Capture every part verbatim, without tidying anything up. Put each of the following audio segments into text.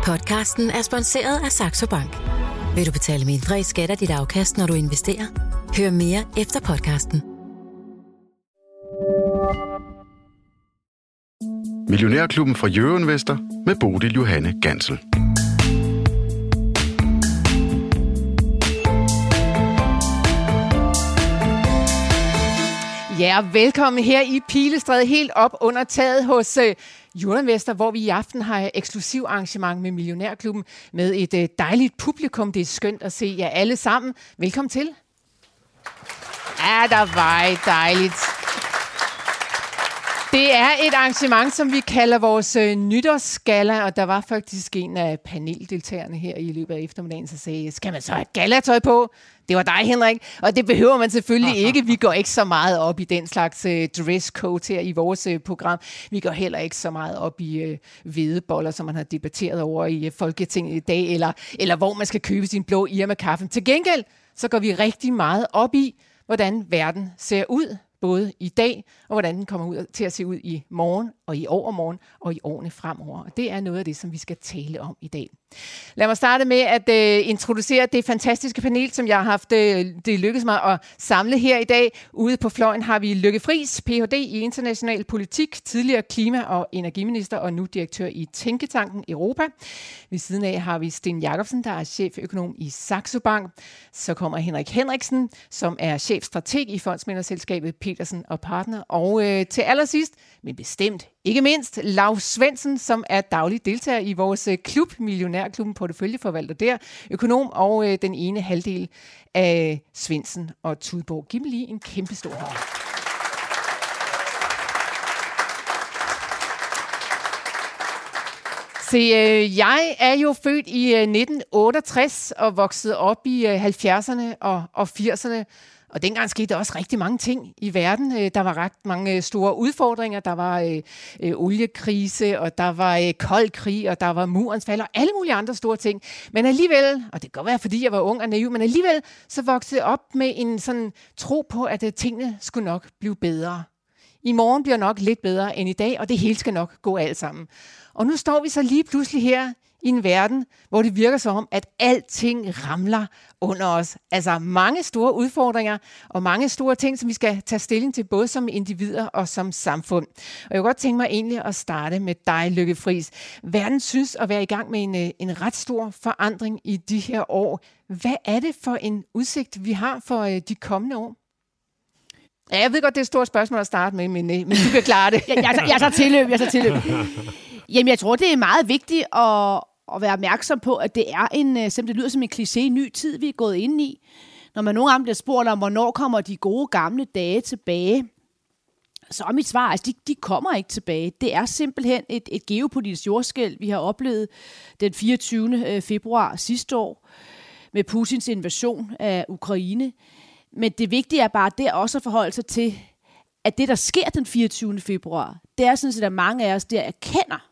Podcasten er sponsoreret af Saxo Bank. Vil du betale mindre i skat af dit afkast, når du investerer? Hør mere efter podcasten. Millionærklubben fra Euroinvestor med Bodil Johanne Gansel. Ja, velkommen her i Pilestræde, helt op under taget hos uh, Euroinvestor, hvor vi i aften har eksklusiv arrangement med Millionærklubben med et uh, dejligt publikum. Det er skønt at se jer alle sammen. Velkommen til. Ja, der var dejligt. Det er et arrangement, som vi kalder vores øh, nytårsgalla, og der var faktisk en af paneldeltagerne her i løbet af eftermiddagen, så sagde, skal man så have gallatøj på? Det var dig, Henrik, og det behøver man selvfølgelig ikke. Vi går ikke så meget op i den slags øh, dresscode her i vores øh, program. Vi går heller ikke så meget op i øh, hvedeboller, som man har debatteret over i øh, Folketinget i dag, eller, eller hvor man skal købe sin blå Irma-kaffe. Til gengæld, så går vi rigtig meget op i, hvordan verden ser ud, både i dag, og hvordan den kommer ud til at se ud i morgen, og i overmorgen, og i årene fremover. Og det er noget af det, som vi skal tale om i dag. Lad mig starte med at uh, introducere det fantastiske panel, som jeg har haft uh, det lykkedes mig at samle her i dag. Ude på fløjen har vi Lykke Friis, P H D i international politik, tidligere klima- og energiminister, og nu direktør i Tænketanken Europa. Ved siden af har vi Sten Jacobsen, der er cheføkonom i Saxo Bank. Så kommer Henrik Henriksen, som er chefstrateg i fondsmæglerselskabet Petersen og Partner. Og uh, til allersidst, men bestemt ikke mindst, Lau Svendsen, som er daglig deltager i vores klub, Millionærklubben, porteføljeforvalter der, økonom og øh, den ene halvdel af Svendsen og Tudborg. Giv mig lige en kæmpe stor hånd. Se, øh, jeg er jo født i øh, nitten otteogtres og vokset op i øh, halvfjerdserne og, og firserne. Og dengang skete der også rigtig mange ting i verden. Der var ret mange store udfordringer. Der var øh, øh, oliekrise, og der var øh, kold krig, og der var murens fald, og alle mulige andre store ting. Men alligevel, og det kan godt være, fordi jeg var ung og naiv, men alligevel så voksede jeg op med en sådan tro på, at øh, tingene skulle nok blive bedre. I morgen bliver nok lidt bedre end i dag, og det hele skal nok gå alt sammen. Og nu står vi så lige pludselig her i en verden, hvor det virker som, at alting ramler under os. Altså mange store udfordringer og mange store ting, som vi skal tage stilling til, både som individer og som samfund. Og jeg kunne godt tænke mig egentlig at starte med dig, Lykke Friis. Verden synes at være i gang med en, en ret stor forandring i de her år. Hvad er det for en udsigt, vi har for de kommende år? Ja, jeg ved godt, det er et stort spørgsmål at starte med, men, men du kan klare det. jeg, jeg, jeg tager tilløb, jeg tager tilløb. Jamen, jeg tror, det er meget vigtigt at, at være opmærksom på, at det er en, som det lyder som en kliché, ny tid, vi er gået ind i. Når man nogle gange bliver spurgt om, hvornår kommer de gode gamle dage tilbage, så er mit svar, altså de, de kommer ikke tilbage. Det er simpelthen et, et geopolitisk jordskælv, vi har oplevet den fireogtyvende februar sidste år med Putins invasion af Ukraine. Men det vigtige er bare der også at forholde sig til, at det, der sker den fireogtyvende februar, det er sådan set, at mange af os der erkender,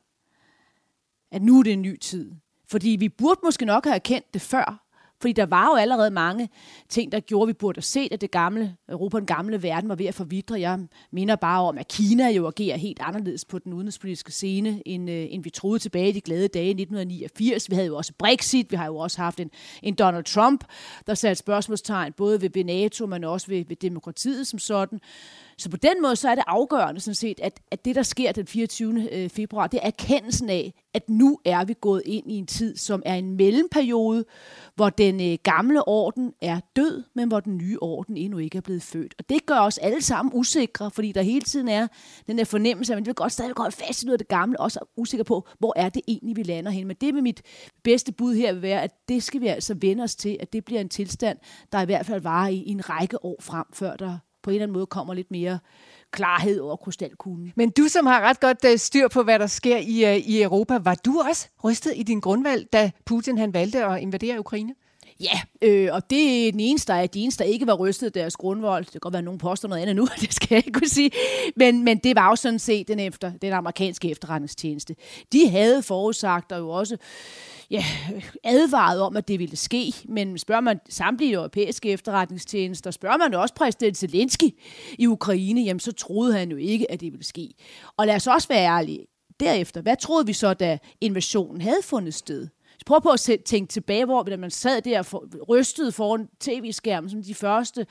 at nu er det en ny tid. Fordi vi burde måske nok have erkendt det før. Fordi der var jo allerede mange ting, der gjorde, at vi burde have set, at det gamle Europa, den gamle verden, var ved at forvidre. Jeg minder bare om, at Kina jo agerer helt anderledes på den udenrigspolitiske scene, end, øh, end vi troede tilbage i de glade dage i nitten niogfirs. Vi havde jo også Brexit, vi har jo også haft en, en Donald Trump, der satte spørgsmålstegn både ved NATO, men også ved, ved demokratiet som sådan. Så på den måde, så er det afgørende sådan set, at, at det, der sker den fireogtyvende februar, det er erkendelsen af, at nu er vi gået ind i en tid, som er en mellemperiode, hvor den øh, gamle orden er død, men hvor den nye orden endnu ikke er blevet født. Og det gør os alle sammen usikre, fordi der hele tiden er den der fornemmelse, at man vil godt stadig holde fast i noget af det gamle, og også er usikker på, hvor er det egentlig, vi lander hen. Men det med mit bedste bud her vil være, at det skal vi altså vende os til, at det bliver en tilstand, der i hvert fald varer i, i en række år frem, før der på en eller anden måde kommer lidt mere klarhed over krystalkuglen. Men du, som har ret godt uh, styr på, hvad der sker i, uh, i Europa, var du også rystet i din grundvalg, da Putin han valgte at invadere Ukraine? Ja, øh, og det er den eneste, der, de eneste, der ikke var rystet deres grundvold. Det kan godt være, at nogen påstår noget andet nu, det skal jeg ikke kunne sige. Men, men det var jo sådan set den, efter, den amerikanske efterretningstjeneste. De havde forudsagt og jo også ja, advaret om, at det ville ske. Men spørger man samtlige europæiske efterretningstjenester, spørger man også præsident Zelensky i Ukraine, jamen så troede han jo ikke, at det ville ske. Og lad os også være ærlige. derefter? Hvad troede vi så, da invasionen havde fundet sted? Prøv på at tænke tilbage, hvor man sad der og rystede foran tv-skærmen som de første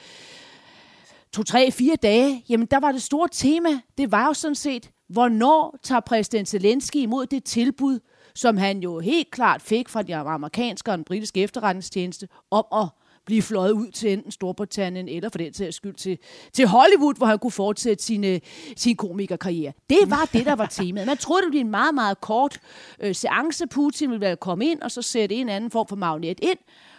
to, tre, fire dage. Jamen, der var det store tema. Det var jo sådan set, hvornår tager præsident Zelensky imod det tilbud, som han jo helt klart fik fra de amerikanske og den britiske efterretningstjeneste, om at blive fløjet ud til enten Storbritannien eller for den sags skyld til, til Hollywood, hvor han kunne fortsætte sine, sin komikerkarriere. Det var det, der var temaet. Man troede, det ville blive en meget, meget kort øh, seance. Putin ville komme ind og så sætte en anden form for magnet ind.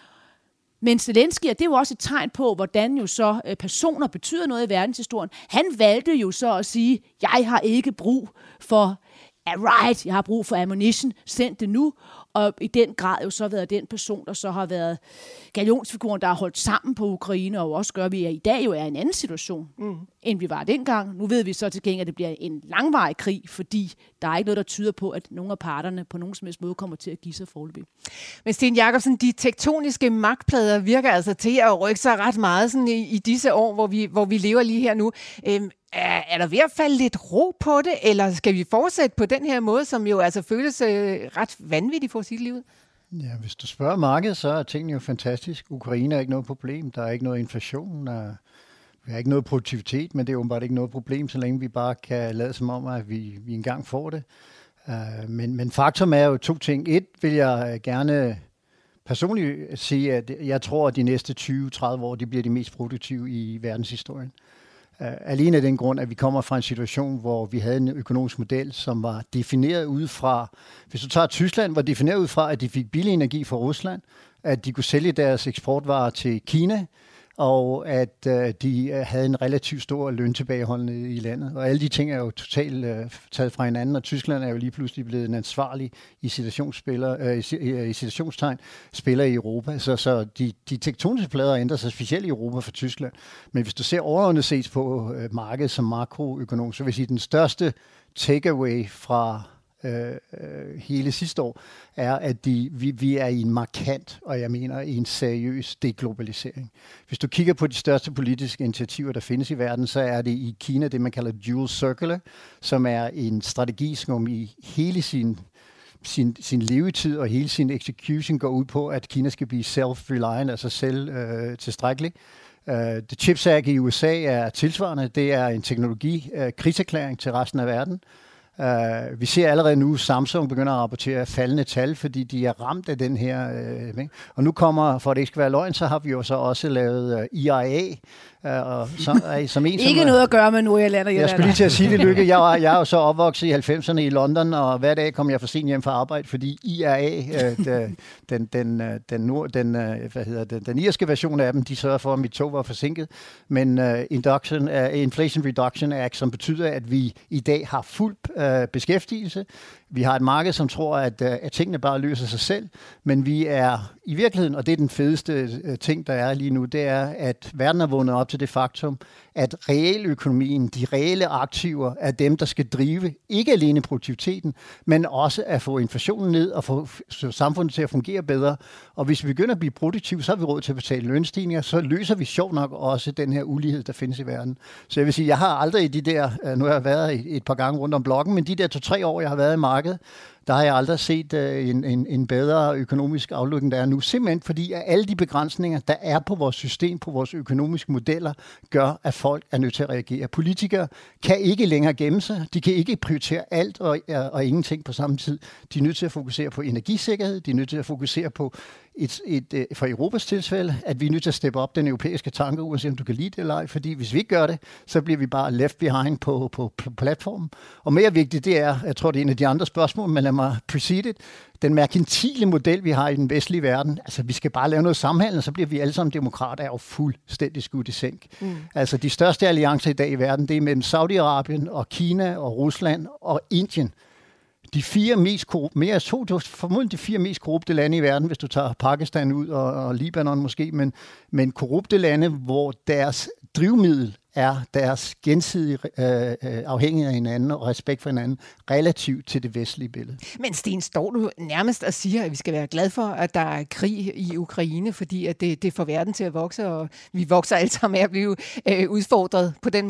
Men Zelensky, det er jo også et tegn på, hvordan jo så øh, personer betyder noget i verdenshistorien. Han valgte jo så at sige, jeg har ikke brug for right, jeg har brug for ammunition, send det nu. Og i den grad jo så været den person, der så har været galionsfiguren, der har holdt sammen på Ukraine, og også gør, at vi i dag jo er i en anden situation, mm. end vi var dengang. Nu ved vi så til gengæld, at det bliver en langvarig krig, fordi der er ikke noget, der tyder på, at nogle af parterne på nogen som helst måde kommer til at give sig foreløbig. Men Sten Jacobsen, de tektoniske magtplader virker altså til at rykke sig ret meget sådan i, i disse år, hvor vi, hvor vi lever lige her nu. Øhm, er, er der ved at falde lidt ro på det, eller skal vi fortsætte på den her måde, som jo altså føles øh, ret vanvittigt for sit liv? Ja, hvis du spørger markedet, så er tingene jo fantastisk. Ukraine er ikke noget problem. Der er ikke noget inflation. Der vi har ikke noget produktivitet, men det er åbenbart ikke noget problem, så længe vi bare kan lade som om, at vi, vi engang får det. Uh, men, men faktum er jo to ting. Et vil jeg gerne personligt sige, at jeg tror, at de næste tyve til tredive år, de bliver de mest produktive i verdenshistorien. Uh, alene af den grund, at vi kommer fra en situation, hvor vi havde en økonomisk model, som var defineret ud fra, hvis du tager Tyskland, var defineret ud fra, at de fik billig energi fra Rusland, at de kunne sælge deres eksportvarer til Kina, og at øh, de øh, havde en relativt stor løntilbageholdende i landet. Og alle de ting er jo totalt øh, taget fra hinanden, og Tyskland er jo lige pludselig blevet en ansvarlig i, øh, i situationstegn spiller i Europa. Så, så de, de tektoniske plader ændrer sig specielt i Europa for Tyskland. Men hvis du ser overordnet set på øh, markedet som makroøkonom, så vil jeg sige, at den største takeaway fra Øh, øh, hele sidste år, er, at de, vi, vi er i en markant, og jeg mener i en seriøs deglobalisering. Hvis du kigger på de største politiske initiativer, der findes i verden, så er det i Kina det, man kalder Dual Circular, som er en strategi, som i hele sin Sin, sin levetid og hele sin execution går ud på, at Kina skal blive self-reliant, altså selv øh, tilstrækkelig. Uh, The Chips Act i U S A er tilsvarende. Det er en teknologi-krigserklæring uh, til resten af verden. Uh, vi ser allerede nu, Samsung begynder at rapportere faldende tal, fordi de er ramt af den her. Uh, og nu kommer, for at det ikke skal være løgn, så har vi jo så også lavet uh, E I A. Uh, og som, uh, som en, ikke som, noget at gøre med Nordjylland og Jeg skulle lige til at sige det, Lykke. Jeg, var, jeg er jo så opvokset i halvfemserne i London, og hver dag kom jeg for sent hjem fra arbejde, fordi I R A, uh, den, den, den, den, nord, den, uh, hvad hedder det, den irske version af dem, de sørger for, at mit tog var forsinket. Men uh, induction, uh, Inflation Reduction Act, som betyder, at vi i dag har fuld uh, beskæftigelse. Vi har et marked, som tror, at, at tingene bare løser sig selv, men vi er i virkeligheden, og det er den fedeste ting, der er lige nu, det er, at verden er vundet op til det faktum, at realøkonomien, de reelle aktiver, er dem, der skal drive ikke alene produktiviteten, men også at få inflationen ned og få samfundet til at fungere bedre. Og hvis vi begynder at blive produktive, så har vi råd til at betale lønstigninger, så løser vi sjovt nok også den her ulighed, der findes i verden. Så jeg vil sige, jeg har aldrig i de der, nu har jeg været et par gange rundt om blokken, men de der to-tre år, jeg har været i markedet, der har jeg aldrig set uh, en, en, en bedre økonomisk aflukning, der er nu. Simpelthen fordi, at alle de begrænsninger, der er på vores system, på vores økonomiske modeller, gør, at folk er nødt til at reagere. Politikere kan ikke længere gemme sig. De kan ikke prioritere alt og, og, og ingenting på samme tid. De er nødt til at fokusere på energisikkerhed. De er nødt til at fokusere på, et, et, et, for Europas tilfælde, at vi er nødt til at steppe op den europæiske tanke, uanset om du kan lide det eller ej. Fordi hvis vi ikke gør det, så bliver vi bare left behind på, på, på platformen. Og mere vigtigt, det er, jeg tror, det er en af de andre spørgsmål, men lad mig precede it. Den merkantile model, vi har i den vestlige verden, altså vi skal bare lave noget samhandel, så bliver vi alle sammen demokrater, er jo fuldstændig skudt i sænk. Mm. Altså de største alliancer i dag i verden, det er mellem Saudi-Arabien og Kina og Rusland og Indien. De fire mest korrupte, mere to, det var formodentlig de fire mest korrupte lande i verden, hvis du tager Pakistan ud og, og Libanon måske, men, men korrupte lande, hvor deres drivmiddel er deres gensidige øh, afhængighed af hinanden og respekt for hinanden relativt til det vestlige billede. Men Sten, står du nærmest og siger, at vi skal være glade for, at der er krig i Ukraine, fordi at det, det får verden til at vokse, og vi vokser alle sammen af at blive øh, udfordret på den måde?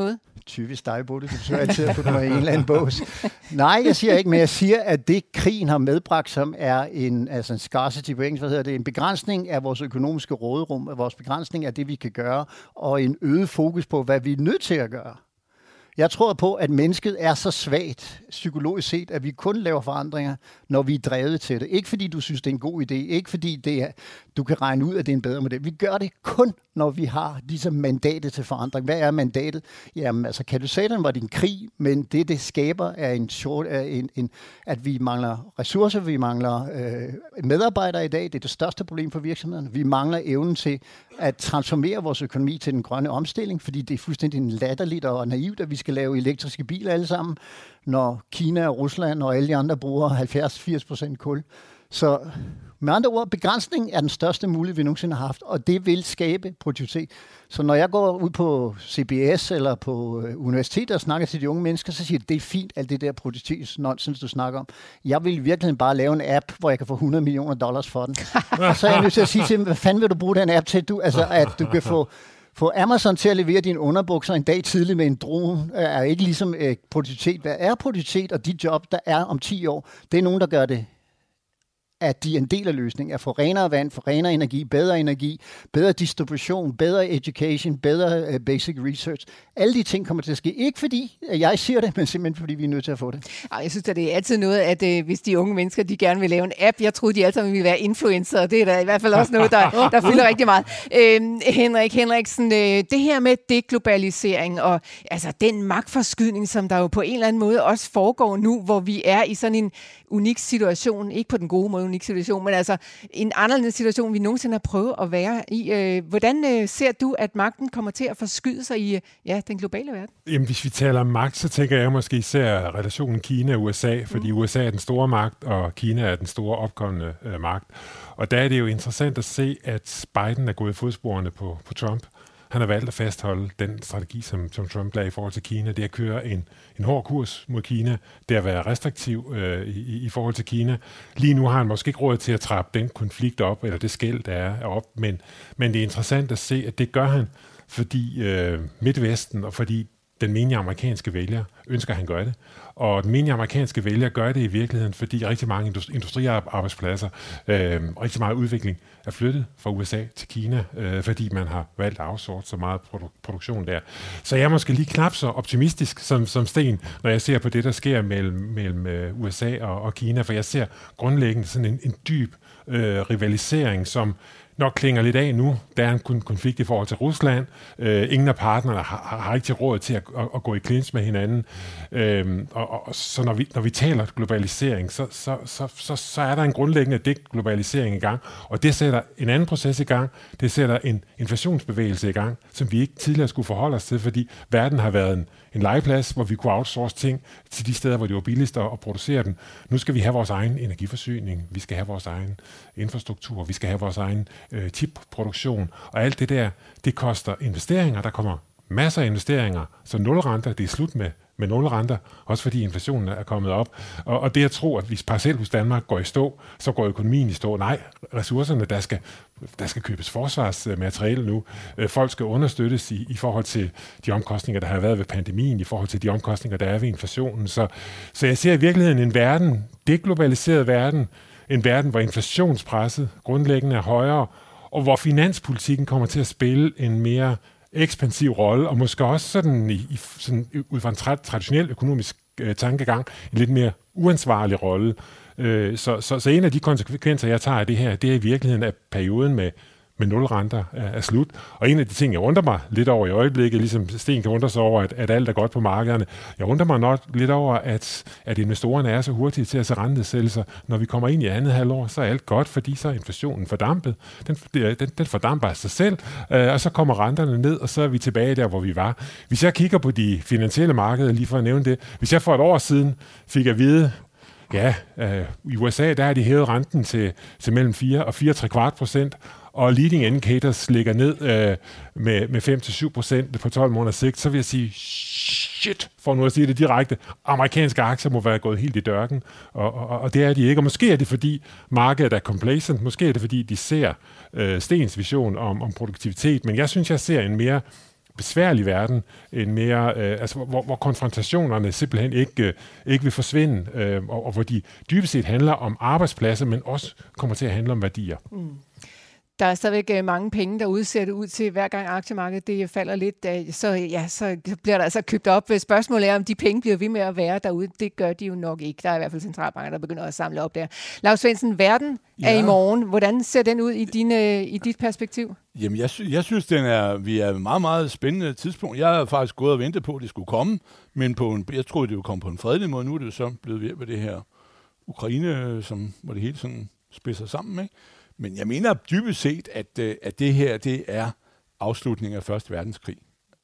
Typisk dig, Bodil. Du forsøger altid at putte mig i en eller anden bås. Nej, jeg siger ikke, men jeg siger, at det krigen har medbragt, som er en, altså en scarcity på engelsk, hvad hedder det, en begrænsning af vores økonomiske råderum, af vores begrænsning af det, vi kan gøre, og en øget fokus på, hvad vi er nødt til at gøre. Jeg tror på, at mennesket er så svagt, psykologisk set, at vi kun laver forandringer, når vi er drevet til det. Ikke fordi du synes, det er en god idé. Ikke fordi det er, du kan regne ud, at det er en bedre model. Vi gør det kun, når vi har ligesom mandatet til forandring. Hvad er mandatet? Jamen, altså, katalysatoren var din krig, men det, det skaber, er en short, er en, en, at vi mangler ressourcer, vi mangler øh, medarbejdere i dag. Det er det største problem for virksomhederne. Vi mangler evnen til at transformere vores økonomi til den grønne omstilling, fordi det er fuldstændig latterligt og naivt, at vi skal lave elektriske biler alle sammen, når Kina og Rusland og alle de andre bruger halvfjerds til firs procent kul. Så med andre ord, begrænsning er den største mulighed, vi nogensinde har haft, og det vil skabe produktivitet. Så når jeg går ud på C B S eller på universitetet og snakker til de unge mennesker, så siger jeg, det er fint, alt det der produktivitetsnonsens, du snakker om. Jeg vil virkelig bare lave en app, hvor jeg kan få hundrede millioner dollars for den. Og så er jeg nødt til at sige til dem, hvad fanden vil du bruge den app til? Du, altså, at du kan få Få Amazon til at levere dine underbukser en dag tidligt med en drone, er ikke ligesom øh, produktivitet. Hvad er produktivitet, og de job, der er om ti år, det er nogen, der gør det, at de er en del af løsningen, at få renere vand, få renere energi, bedre energi, bedre distribution, bedre education, bedre uh, basic research. Alle de ting kommer til at ske. Ikke fordi at jeg siger det, men simpelthen fordi vi er nødt til at få det. Jeg synes, at det er altid noget, at øh, hvis de unge mennesker, de gerne vil lave en app, jeg troede, de alle sammen ville være influencer, det er da i hvert fald også noget, der, der fylder rigtig meget. Øh, Henrik Henriksen, øh, det her med deglobalisering og altså den magtforskydning, som der jo på en eller anden måde også foregår nu, hvor vi er i sådan en unik situation, ikke på den gode måde unik situation, men altså en anderledes situation, vi nogensinde har prøvet at være i. Øh, hvordan øh, ser du, at magten kommer til at forskyde sig i ja, den globale verden? Jamen, hvis vi taler om magt, så tænker jeg måske især relationen Kina og U S A, fordi mm. U S A er den store magt, og Kina er den store opkommende øh, magt. Og der er det jo interessant at se, at Biden er gået i fodsporene på, på Trump. Han har valgt at fastholde den strategi, som, som Trump lagde i forhold til Kina. Det er at køre en, en hård kurs mod Kina. Det er at være restriktiv øh, i, i forhold til Kina. Lige nu har han måske ikke råd til at trappe den konflikt op, eller det skel, der er op. Men, men det er interessant at se, at det gør han, fordi øh, Midtvesten og fordi den menige amerikanske vælger ønsker, at han gør det. Og den menige amerikanske vælger gør det i virkeligheden, fordi rigtig mange industriarbejdspladser, øh, rigtig meget udvikling er flyttet fra U S A til Kina, øh, fordi man har valgt at outsource så meget produ- produktion der. Så jeg er måske lige knap så optimistisk som, som Sten, når jeg ser på det, der sker mellem, mellem U S A og, og Kina, for jeg ser grundlæggende sådan en, en dyb øh, rivalisering, som nok klinger lidt af nu. Der er en konflikt i forhold til Rusland. Øh, ingen af partnerne har, har ikke til råd til at, at, at gå i clinch med hinanden. Øh, og, og så når vi, når vi taler globalisering, så, så, så, så, så er der en grundlæggende deglobalisering i gang. Og det sætter en anden proces i gang. Det sætter en inflationsbevægelse i gang, som vi ikke tidligere skulle forholde os til, fordi verden har været en, en legeplads, hvor vi kunne outsource ting til de steder, hvor det var billigst at, at producere dem. Nu skal vi have vores egen energiforsyning. Vi skal have vores egen infrastruktur. Vi skal have vores egen øh, chipproduktion. Og alt det der, det koster investeringer. Der kommer masser af investeringer. Så nulrenter, det er slut med, med nulrenter. Også fordi inflationen er kommet op. Og, og det at tro, at hvis parcelhus Danmark går i stå, så går økonomien i stå. Nej, ressourcerne, der skal, der skal købes forsvarsmateriale nu. Folk skal understøttes i, i forhold til de omkostninger, der har været ved pandemien, i forhold til de omkostninger, der er ved inflationen. Så, så jeg ser i virkeligheden en verden, deglobaliseret verden, en verden, hvor inflationspresset grundlæggende er højere, og hvor finanspolitikken kommer til at spille en mere ekspansiv rolle, og måske også sådan, i, i, sådan ud fra en tra- traditionel økonomisk øh, tankegang, en lidt mere uansvarlig rolle. Øh, så, så, så en af de konsekvenser, jeg tager af det her, det er i virkeligheden, at perioden med med nulrenter er, er slut. Og en af de ting, jeg undrer mig lidt over i øjeblikket, ligesom Sten kan undre sig over, at, at alt er godt på markederne, jeg undrer mig nok lidt over, at, at investorerne er så hurtige til at se rentenedsættelser. Når vi kommer ind i andet halvår, så er alt godt, fordi så er inflationen fordampet. Den, den, den fordamper sig selv, øh, og så kommer renterne ned, og så er vi tilbage der, hvor vi var. Hvis jeg kigger på de finansielle markeder, lige for at nævne det, hvis jeg for et år siden fik at vide, ja, øh, i U S A, der har de hævet renten til, til mellem fire og fire komma tre kvart procent, og leading indicators ligger ned øh, med, med fem til syv procent på tolv måneder sigt, så vil jeg sige, shit, for nu at sige det direkte, amerikanske aktier må være gået helt i dørken, og, og, og det er de ikke. Og måske er det, fordi markedet er complacent, måske er det, fordi de ser øh, Stens vision om, om produktivitet, men jeg synes, jeg ser en mere besværlig verden, en mere, øh, altså, hvor, hvor konfrontationerne simpelthen ikke, øh, ikke vil forsvinde, øh, og, og hvor de dybest set handler om arbejdspladser, men også kommer til at handle om værdier. Mm. Der er stadigvæk mange penge, der udsætter ud til, hver gang aktiemarkedet det falder lidt, så, ja, så bliver der altså købt op. Spørgsmålet er, om de penge bliver ved med at være derude. Det gør de jo nok ikke. Der er i hvert fald centralbanker, der begynder at samle op der. Lars Svendsen, verden er ja. i morgen. Hvordan ser den ud i, dine, i dit perspektiv? Jamen, jeg, sy- jeg synes, den er, vi er et meget, meget spændende tidspunkt. Jeg har faktisk gået og ventet på, at det skulle komme, men på en, jeg troede, det ville komme på en fredelig måde. Nu er det jo så blevet ved med det her Ukraine, som, hvor det hele sådan spidser sammen, ikke? Men jeg mener dybest set, at, at det her, det er afslutningen af Første Verdenskrig.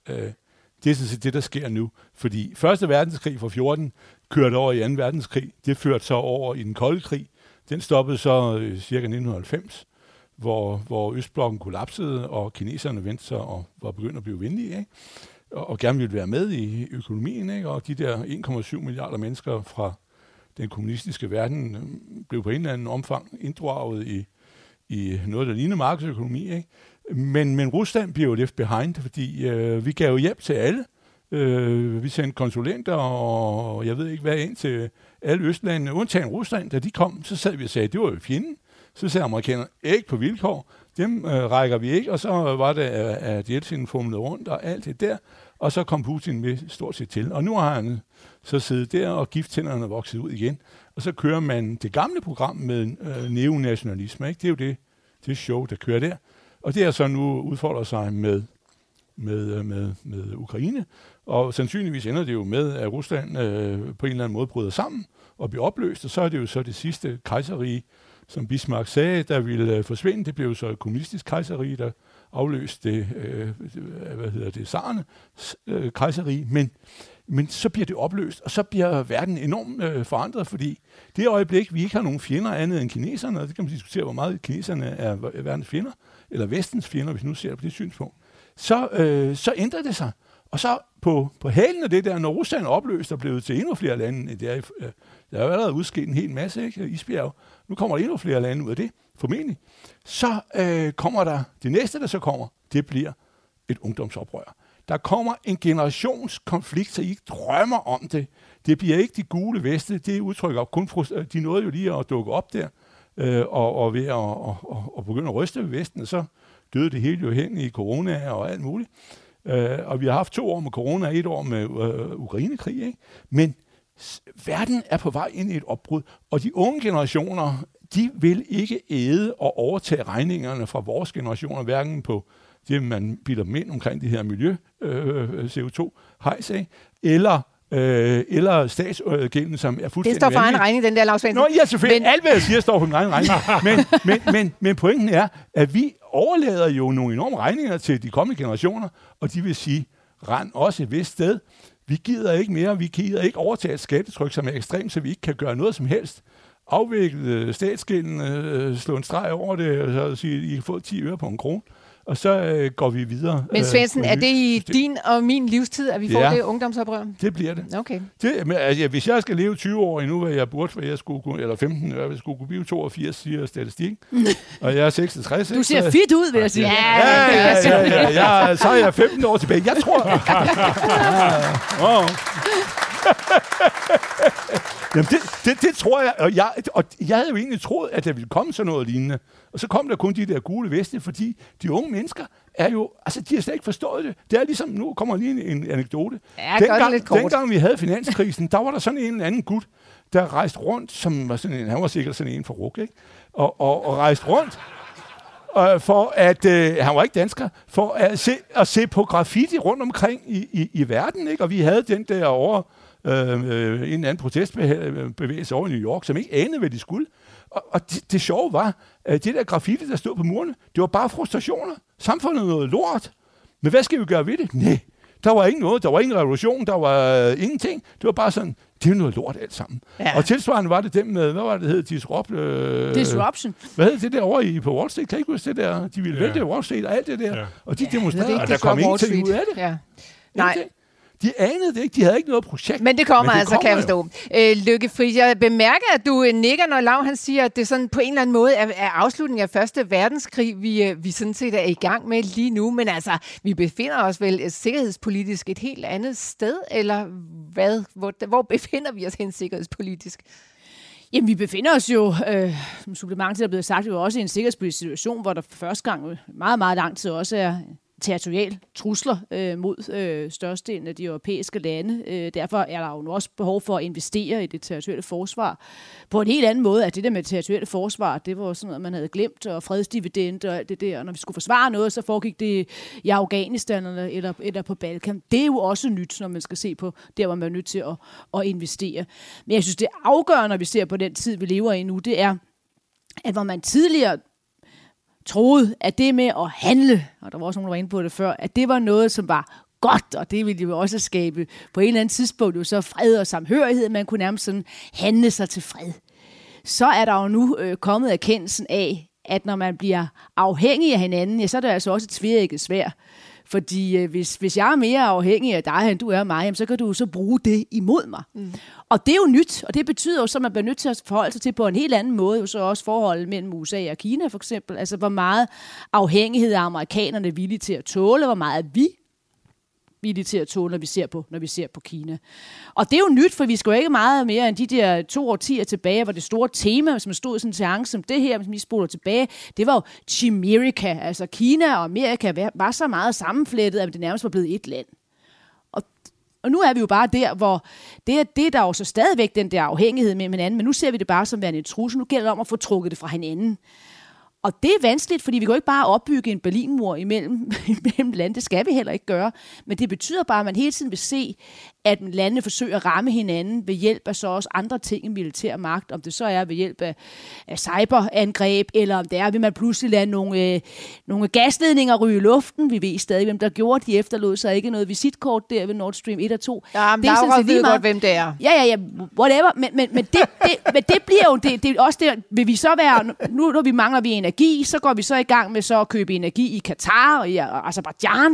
Det er sådan set det, der sker nu. Fordi Første Verdenskrig fra fjorten kørte over i Anden Verdenskrig. Det førte så over i den kolde krig. Den stoppede så cirka nitten halvfems, hvor, hvor Østblokken kollapsede, og kineserne vendte sig og var begyndt at blive venlige, ikke? Og, og gerne ville være med i økonomien, ikke? Og de der en komma syv milliarder mennesker fra den kommunistiske verden blev på en eller anden omfang inddraget i i noget, der ligner markedsøkonomi, ikke? Men, men Rusland bliver jo left behind, fordi øh, vi gav jo hjælp til alle. Øh, vi sendte konsulenter, og jeg ved ikke hvad, ind til alle Østlandene, undtagen Rusland. Da de kom, så sad vi og sagde, at det var jo fjenden. Så sagde amerikanerne, ikke på vilkår, dem øh, rækker vi ikke, og så var det, at Jeltsin fumlede rundt og alt det der, og så kom Putin med stort set til. Og nu har han så siddet der, og gifttænderne er vokset ud igen. Og så kører man det gamle program med øh, neonationalisme, ikke? Det er jo det, det show, der kører der. Og det er så nu udfordrer sig med, med, med, med Ukraine. Og sandsynligvis ender det jo med, at Rusland øh, på en eller anden måde bryder sammen og bliver opløst. Og så er det jo så det sidste kejserrige, som Bismarck sagde, der ville øh, forsvinde. Det blev jo så et kommunistisk kejserrige, der afløste det, øh, hvad hedder det, zarerne øh, kejserrige. Men Men så bliver det opløst, og så bliver verden enormt øh, forandret, fordi det øjeblik, vi ikke har nogen fjender andet end kineserne, og det kan man diskutere, hvor meget kineserne er verdens fjender, eller vestens fjender, hvis nu ser på det synspunkt, så, øh, så ændrer det sig. Og så på, på halen af det der, når Rusland er opløst og blevet til endnu flere lande, det er, øh, der er jo allerede udskilt en hel masse, ikke? Isbjerg. Nu kommer der endnu flere lande ud af det, formentlig. Så øh, kommer der, det næste, der så kommer, det bliver et ungdomsoprør. Der kommer en generationskonflikt, så I ikke drømmer om det. Det bliver ikke de gule veste, det udtrykker kun frust- de nåede jo lige at dukke op der, øh, og, og ved at og, og, og begynde at ryste ved vesten, og så døde det hele jo hen i corona og alt muligt. Øh, og vi har haft to år med corona, et år med øh, Ukrainekrig, ikke? Men s- verden er på vej ind i et opbrud, og de unge generationer, de vil ikke æde og overtage regningerne fra vores generationer, hverken på det, man bilder dem ind omkring det her miljø, øh, C O to hejs af, eller, øh, eller statsgælden, som er fuldstændig det står for egen regning, den der Lars Svendsen. Nå, ja, selvfølgelig. Men alt, hvad jeg siger, står for min egen regning. men, men, men, men pointen er, at vi overlader jo nogle enorme regninger til de kommende generationer, og de vil sige, rend også et vist sted. Vi gider ikke mere, vi gider ikke overtage et skattetryk, som er ekstremt, så vi ikke kan gøre noget som helst. Afvikle statsgælden, øh, slå en streg over det, og så sige, I kan få ti øre på en krone. Og så øh, går vi videre. Men Svendsen, øh, er det i din og min livstid, at vi får ja, det ungdomsoprør? Det bliver det. Okay. det men, altså, hvis jeg skal leve tyve år endnu, hvad jeg burde, hvad jeg skulle, eller femten, jeg skulle kunne blive toogfirs, siger statistik, og jeg er seksogtres. Du ser så, fit ud, vil jeg sige. Ja, ja, ja, ja, ja, ja, ja. Så er jeg femten år tilbage. Jeg tror... wow. Jamen det, det, det tror jeg, og jeg, og jeg havde jo egentlig troet, at der ville komme sådan noget lignende. Og så kom der kun de der gule veste, fordi de unge mennesker er jo, altså de har slet ikke forstået det. Det er ligesom, nu kommer lige en, en anekdote. Ja, dengang, lidt dengang vi havde finanskrisen, der var der sådan en eller anden gut, der rejste rundt, som var sådan en, han var sikkert sådan en fra Ruk, ikke? Og, og, og rejste rundt, og for at, øh, han var ikke dansker, for at se, at se på graffiti rundt omkring i, i, i verden, ikke? Og vi havde den der over øh, en eller anden protestbevægelse over i New York, som ikke anede, hvad de skulle. Og, og det, det sjove var, at det der graffiti, der stod på murene, det var bare frustrationer. Samfundet noget lort. Men hvad skal vi gøre ved det? Nej, der var ikke noget. Der var ingen revolution. Der var uh, ingenting. Det var bare sådan, det er noget lort alt sammen. Ja. Og tilsvarende var det dem med, hvad var det, det hed? Disrupt, øh, Disruption. Hvad hed det der over i, på Wall Street? Kan I ikke huske det der? De ville ja. vælte Wall Street og alt det der. Ja. Og de demonstrerede, og der kom ingenting ud af det. Ja. Nej. De anede det ikke. De havde ikke noget projekt. Men det kommer, Men det altså, kommer kan jeg forstå. Øh, Lykke Friis, jeg bemærker, at du nikker, når Lau han siger, at det sådan på en eller anden måde er, er afslutningen af første verdenskrig, vi, vi sådan set er i gang med lige nu. Men altså, vi befinder os vel sikkerhedspolitisk et helt andet sted, eller hvad? Hvor, hvor befinder vi os hen sikkerhedspolitisk? Jamen, vi befinder os jo, øh, som supplement til, der er blevet sagt, jo også i en sikkerhedspolitisk situation, hvor der for første gang meget, meget lang tid også er territoriale trusler øh, mod øh, størstedelen af de europæiske lande. Øh, derfor er der jo også behov for at investere i det territoriale forsvar på en helt anden måde. At det der med territoriale forsvar, det var sådan noget, man havde glemt, og fredsdividend og alt det der. Og når vi skulle forsvare noget, så foregik det i Afghanistan eller, eller, eller på Balkan. Det er jo også nyt, når man skal se på der, hvor man er nødt til at, at investere. Men jeg synes, det er afgørende, når vi ser på den tid, vi lever i nu, det er, at hvor man tidligere troede, at det med at handle, og der var også nogen, der var inde på det før, at det var noget, som var godt, og det ville jo også skabe på en eller anden tidspunkt jo så fred og samhørighed, man kunne nærmest sådan handle sig til fred. Så er der jo nu øh, kommet erkendelsen af, at når man bliver afhængig af hinanden, ja, så er det altså også et tveægget sværd. Fordi øh, hvis, hvis jeg er mere afhængig af dig, end du er af mig, jamen, så kan du så bruge det imod mig. Mm. Og det er jo nyt, og det betyder jo så, at man bliver nødt til at forholde sig til på en helt anden måde, jo så også forholdet mellem U S A og Kina for eksempel. Altså, hvor meget afhængighed er amerikanerne villige til at tåle, hvor meget er vi villige til at tåle, når vi ser på, når vi ser på Kina. Og det er jo nyt, for vi skal jo ikke meget mere end de der to årtier tilbage, hvor det store tema, som stod sådan til angst som det her, hvis vi spoler tilbage, det var jo Chimerica. Altså Kina og Amerika var så meget sammenflettet, at det nærmest var blevet et land. Og, og nu er vi jo bare der, hvor det, det er der jo så stadigvæk den der afhængighed med hinanden, men nu ser vi det bare som værende en trussel. Nu gælder det om at få trukket det fra hinanden. Og det er vanskeligt, fordi vi kan jo ikke bare opbygge en Berlinmur imellem, imellem lande. Det skal vi heller ikke gøre. Men det betyder bare, at man hele tiden vil se, at landene forsøger at ramme hinanden ved hjælp af så også andre ting end militær magt. Om det så er ved hjælp af, af cyberangreb, eller om det er, ved man pludselig lade nogle, øh, nogle gasledninger ryge i luften. Vi ved stadig, hvem der gjorde. De efterlod sig ikke noget visitkort der ved Nord Stream et og to. Ja, men Laura ved godt, hvem det er. Ja, ja, ja, whatever. Men, men, men, det, det, men det bliver jo, det, det er også der, vil vi så være, nu når vi mangler vi energi, så går vi så i gang med så at købe energi i Katar og i Aserbajdsjan.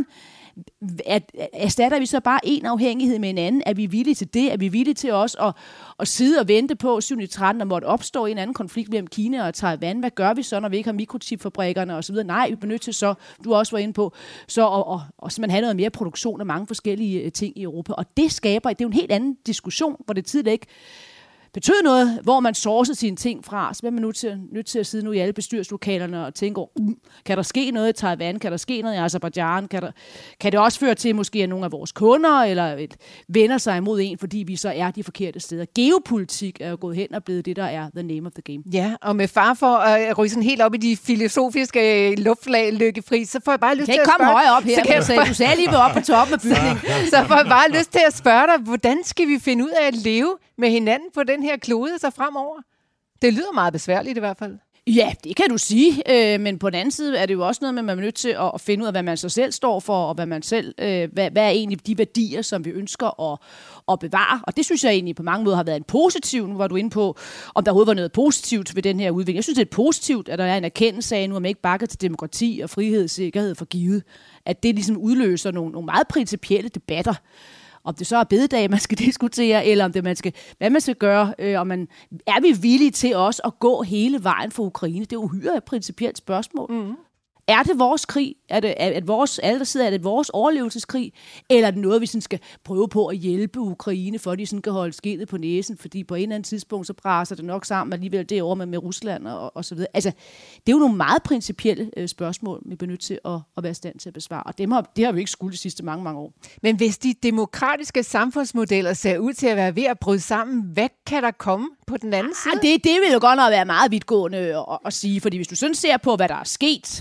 At, erstatter vi så bare en afhængighed med en anden? Er vi villige til det? Er vi villige til også at, at sidde og vente på syv tretten, der måtte opstå en anden konflikt mellem Kina og Taiwan? Hvad gør vi så, når vi ikke har mikrochipfabrikkerne og så videre? Nej, vi bliver nødt til så, du også var inde på, så at og, og, og have noget mere produktion af mange forskellige ting i Europa. Og det skaber, det er jo en helt anden diskussion, hvor det tidligere ikke betød noget, hvor man sourcede sine ting fra. Så bliver man nødt til, nødt til at sidde nu i alle bestyrelseslokalerne og tænke over, uh, kan der ske noget i Taiwan? Kan der ske noget i Aserbajdsjan? Kan, der, kan det også føre til måske, at nogle af vores kunder eller et, vender sig imod en, fordi vi så er de forkerte steder? Geopolitik er jo gået hen og blevet det, der er the name of the game. Ja, og med far for at ryge sådan helt op i de filosofiske luftlag, Lykke Friis, så får jeg bare lyst til at spørge... Kan ikke komme højere op her, så kan jeg sige, du sagde lige ved op på toppen af bygningen. Så får jeg bare lyst til at spørge dig, hvordan skal vi finde ud af at leve med hinanden på den her klode så fremover? Det lyder meget besværligt i hvert fald. Ja, det kan du sige, øh, men på den anden side er det jo også noget med, at man er nødt til at, at finde ud af, hvad man så selv står for, og hvad man selv, øh, hvad, hvad er egentlig de værdier, som vi ønsker at, at bevare. Og det synes jeg egentlig på mange måder har været en positiv. Nu var du inde på, om der overhovedet var noget positivt ved den her udvikling. Jeg synes, det er positivt, at der er en erkendelse af nu, at man ikke bakker til demokrati og frihed og sikkerhed for givet. At det ligesom udløser nogle, nogle meget principielle debatter. Om det så er bededag, man skal diskutere, eller om det man skal, hvad man skal gøre. Øh, om man, er vi villige til også at gå hele vejen for Ukraine? Det er jo uhyre et principielt spørgsmål. Mm. Er det vores krig? Er det, er, er vores, alle der sidder, er det vores overlevelseskrig? Eller er det noget, vi sådan skal prøve på at hjælpe Ukraine, for at de sådan kan holde skedet på næsen? Fordi på en eller anden tidspunkt, så braser det nok sammen alligevel det over med, med Rusland og, og så videre. Altså, det er jo nogle meget principielle øh, spørgsmål, vi bliver nødt til at, at være i stand til at besvare. Og dem har, det har vi ikke skulle de sidste mange, mange år. Men hvis de demokratiske samfundsmodeller ser ud til at være ved at bryde sammen, hvad kan der komme på den anden side? Ja, det, det vil jo godt nok være meget vidtgående at, at sige, fordi hvis du sådan ser på, hvad der er sket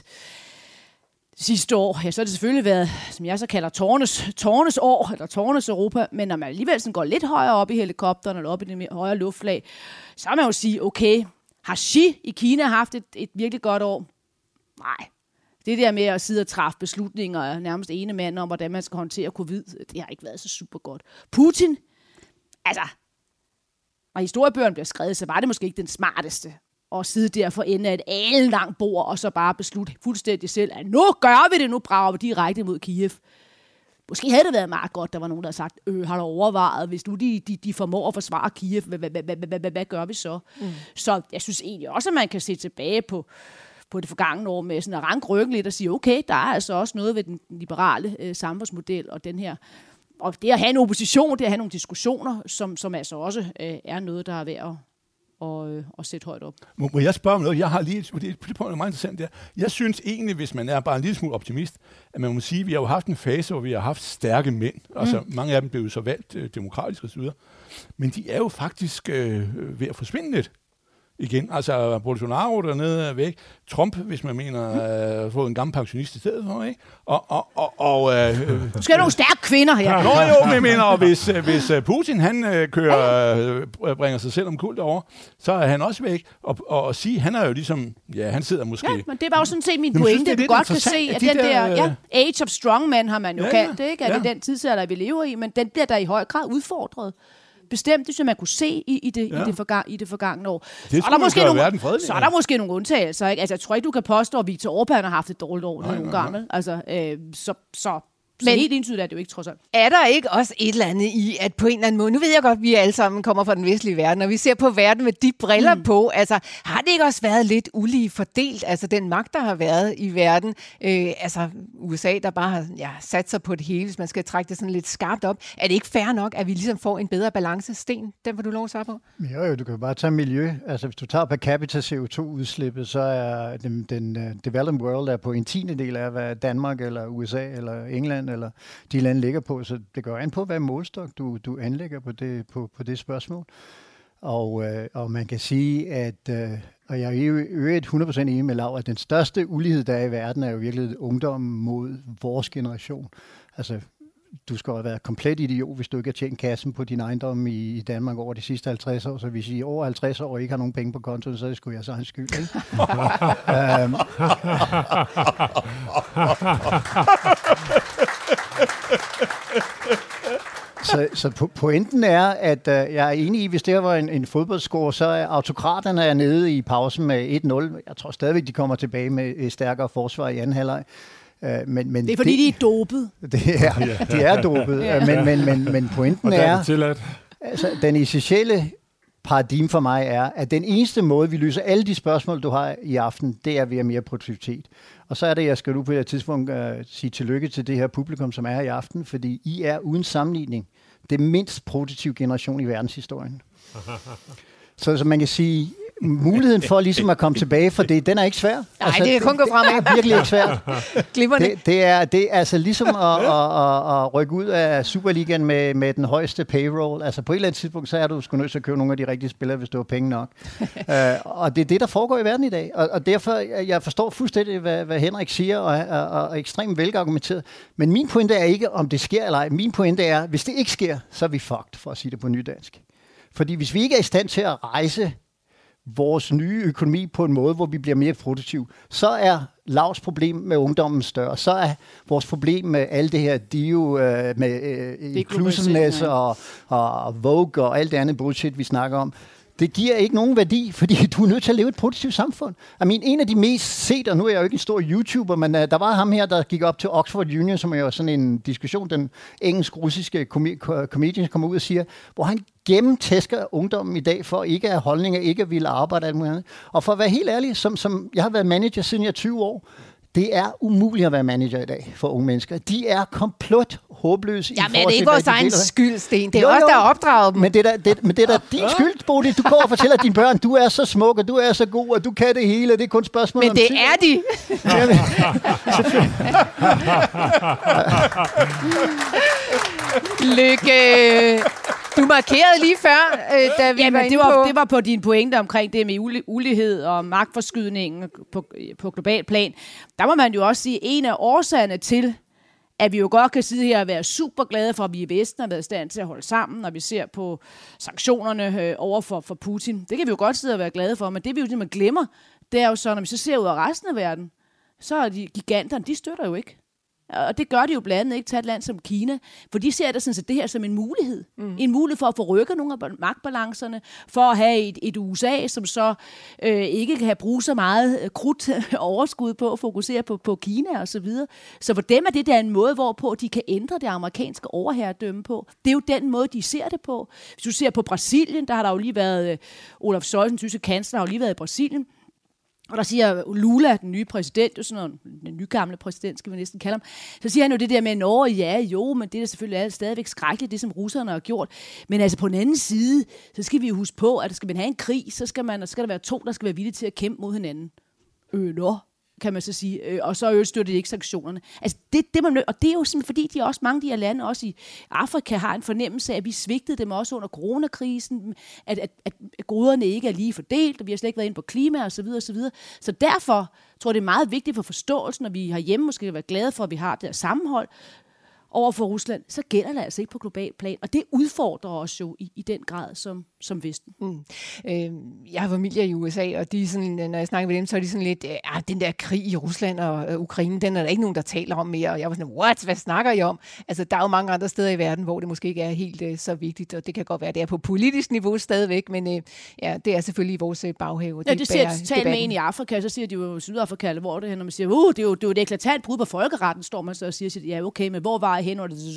sidste år, ja, så har det selvfølgelig været, som jeg så kalder, tårnes, tårnes år, eller tårnes Europa, men når man alligevel sådan går lidt højere op i helikopteren, eller op i det mere højere luftlag, så kan man jo sige, okay, har Xi i Kina haft et, et virkelig godt år? Nej. Det der med at sidde og træffe beslutninger, nærmest ene mand om, hvordan man skal håndtere covid, det har ikke været så super godt. Putin, altså, når historiebøgerne bliver skrevet, så var det måske ikke den smarteste og sidde der for enden af et alenlangt bord, og så bare beslutte fuldstændig selv, at nu gør vi det, nu brager vi direkte mod Kiev. måske havde det været meget godt, der var nogen, der havde sagt, øh, har du overvejet, hvis nu de, de, de formår at forsvare Kiev, hvad, hvad, hvad, hvad, hvad, hvad gør vi så? Mm. Så jeg synes egentlig også, at man kan se tilbage på, på det forgangne år med sådan at ranke ryggen lidt og sige, okay, der er altså også noget ved den liberale øh, samfundsmodel og den her. Og det at have en opposition, det at have nogle diskussioner, som, som altså også øh, er noget, der er værd at Og, øh, og sætte højt op. Må, må jeg spørge om noget? Jeg har lige, det er på meget interessant der. Jeg synes egentlig, hvis man er bare en lille smule optimist, at man må sige, at vi har jo haft en fase, hvor vi har haft stærke mænd. Mm. Altså mange af dem blev jo så valgt øh, demokratisk og så videre. Men de er jo faktisk øh, ved at forsvinde lidt igen. Altså Bolsonaro dernede er væk. Trump, hvis man mener, at øh, få en gammel pensionist i stedet for, ikke? Og, og, og, og øh, du skal have nogle stærke kvinder her. Nå jo, men jeg mener, og hvis, hvis Putin, han øh, kører, øh, bringer sig selv omkuld over, så er han også væk. Og, og, og sige, han er jo ligesom, ja, han sidder måske... Ja, men det var jo sådan set min pointe, at du godt kan se, at de den der, der ja, Age of Strongman har man jo ja, kaldt det, ikke? At ja. Det er den tidsalder, vi lever i, men den bliver der i høj grad udfordret. Bestemt, det som man kunne se i, i, det, ja. i, det, forgang, i det forgangne år. Det så er der måske nogle, så er der måske nogle undtagelser. Ikke? Altså, jeg tror ikke, du kan påstå, at Viktor Orbán har haft et dårligt år nej, nogle gange. Altså, øh, så, så, men så helt indtydigt er det jo ikke trods alt. Er der ikke også et eller andet i, at på en eller anden måde, nu ved jeg godt, at vi alle sammen kommer fra den vestlige verden, og vi ser på verden med de briller mm. på, altså har det ikke også været lidt ulige fordelt, altså den magt, der har været i verden, øh, altså U S A, der bare har ja, sat sig på det hele, hvis man skal trække det sådan lidt skarpt op, er det ikke fair nok, at vi ligesom får en bedre balance? Sten, den vil du lov at svare på? Jo, jo, du kan jo bare tage miljø. Altså hvis du tager per capita C O to udslippet, så er den, den uh, developed world er på en tiende del af, hvad Danmark eller U S A eller England eller de lande ligger på, så det går an på, hvad målstok du, du anlægger på det, på, på det spørgsmål. Og, øh, og man kan sige, at, øh, og jeg er jo øvrigt hundrede procent enig med Laura, at den største ulighed, der er i verden, er jo virkelig ungdommen mod vores generation. Altså, du skal jo være komplet idiot, hvis du ikke har tjent kassen på din ejendom i, i Danmark over de sidste halvtreds år. Så hvis I over halvtreds år ikke har nogen penge på kontoen, så er det sgu jeg så en skyld, ikke? um, Så, så pointen er, at uh, jeg er enig i, hvis det her var en, en fodboldscore, så er autokraterne er nede i pausen med et nul. Jeg tror stadigvæk, de kommer tilbage med et stærkere forsvar i anden halvleg. Uh, men, men det er fordi, det, de er dopet. Det er, de er dopet, ja. men, men, men, men pointen er, er altså, den essentielle paradigme for mig er, at den eneste måde, vi løser alle de spørgsmål, du har i aften, det er ved at mere produktivitet. Og så er det, jeg skal nu på et tidspunkt uh, sige tillykke til det her publikum, som er her i aften, fordi I er uden sammenligning det mindst produktive generation i verdenshistorien. Så, så man kan sige, muligheden for ligesom at komme tilbage fra det, den er ikke svær. Nej, altså, det kan kun gå fremad. Det er virkelig ikke svært. det, det, er, det er altså ligesom at, at, at, at rykke ud af Superligaen med, med den højeste payroll. Altså på et eller andet tidspunkt, så er du sgu nødt til at købe nogle af de rigtige spillere, hvis du har penge nok. uh, og det er det, der foregår i verden i dag. Og, og derfor, jeg forstår fuldstændig, hvad, hvad Henrik siger, og er, er, er ekstremt velargumenteret. Men min pointe er ikke, om det sker eller ej. Min pointe er, hvis det ikke sker, så er vi fucked, for at sige det på nydansk. Fordi hvis vi ikke er i stand til at rejse vores nye økonomi på en måde, hvor vi bliver mere produktive, så er Lavs problem med ungdommen større. Så er vores problem med alt det her, de jo øh, med øh, inclusiveness og, og Vogue og alt det andet bullshit, vi snakker om, det giver ikke nogen værdi, fordi du er nødt til at leve et produktivt samfund. I mean, en af de mest set, og nu er jeg jo ikke en stor YouTuber, men uh, der var ham her, der gik op til Oxford Union, som er jo sådan en diskussion, den engelsk-russiske com- comedian kommer ud og siger, hvor han gennemtæsker ungdommen i dag for ikke at have holdninger, ikke at ville arbejde alt muligt. Og for at være helt ærlig, som, som jeg har været manager siden jeg er tyve år, det er umuligt at være manager i dag for unge mennesker. De er komplet håbløse. Ja, men det er ikke vores egen skyld, Sten. Det er jo, også, der har opdraget dem. Men det er det, men det er din skyld, Bodil. Du går og fortæller dine børn, du er så smuk, og du er så god, og du kan det hele. Det er kun spørgsmål men om det tid. er de. Lykke. Du markerede lige før, øh, da vi ja, var det inde var, på... det var på din pointe omkring det med ulighed og magtforskydningen på, på global plan. Der må man jo også sige, en af årsagerne til, at vi jo godt kan sidde her og være super glade for, at vi i Vesten har været i stand til at holde sammen, når vi ser på sanktionerne øh, over for, for Putin. Det kan vi jo godt sidde og være glade for, men det vi jo simpelthen glemmer, det er jo så, når vi så ser ud af resten af verden, så er de giganterne, de støtter jo ikke. Og det gør de jo blandt andet ikke til et land som Kina, for de ser det, sådan, at det her som en mulighed. Mm. En mulighed for at få rykket nogle af magtbalancerne, for at have et, et U S A, som så øh, ikke kan have brugt så meget øh, krudt overskud på at fokusere på, på Kina og så videre. Så for dem er det der en måde, hvorpå de kan ændre det amerikanske overherredømme på. Det er jo den måde, de ser det på. Hvis du ser på Brasilien, der har der jo lige været, øh, Olaf Scholz, den tyske kansler, har jo lige været i Brasilien. Og der siger Lula, den nye præsident, jo sådan noget, den nye gamle præsident, skal vi næsten kalde ham, så siger han jo det der med, Norge, ja, jo, men det er selvfølgelig er stadigvæk skrækkeligt, det som russerne har gjort. Men altså på den anden side, så skal vi jo huske på, at skal man have en krig, så skal, man, så skal der være to, der skal være villige til at kæmpe mod hinanden. Øh, nå, kan man så sige. Øh, og så støtter de ikke sanktionerne. Altså det, det man, og det er jo simpelthen, fordi de også, mange af de her lande, også i Afrika, har en fornemmelse af, at vi svigtede dem også under coronakrisen, at, at, at goderne ikke er lige fordelt, og vi har slet ikke været inde på klima og så videre, og så videre. Så derfor tror jeg, det er meget vigtigt for forståelsen, og vi herhjemme måske være glade for, at vi har det her sammenhold over for Rusland, så gælder det altså ikke på global plan. Og det udfordrer os jo i, i den grad som, som Vesten. Mm. Øh, jeg har familie i U S A, og de sådan, når jeg snakker med dem, så er de sådan lidt, ah, den der krig i Rusland og øh, Ukraine, den er der ikke nogen, der taler om mere. Og jeg var sådan, what? Hvad snakker I om? Altså, der er jo mange andre steder i verden, hvor det måske ikke er helt øh, så vigtigt, og det kan godt være, det er på politisk niveau stadigvæk, men øh, ja, det er selvfølgelig i vores baghave. Ja, det siger tal med en i Afrika, så siger de jo Sydafrika, eller hvor det er, når man siger, uh, det er jo, det er jo et eklatant brud på folkeretten, står man så og siger, ja, okay, men hvor var hen, og det,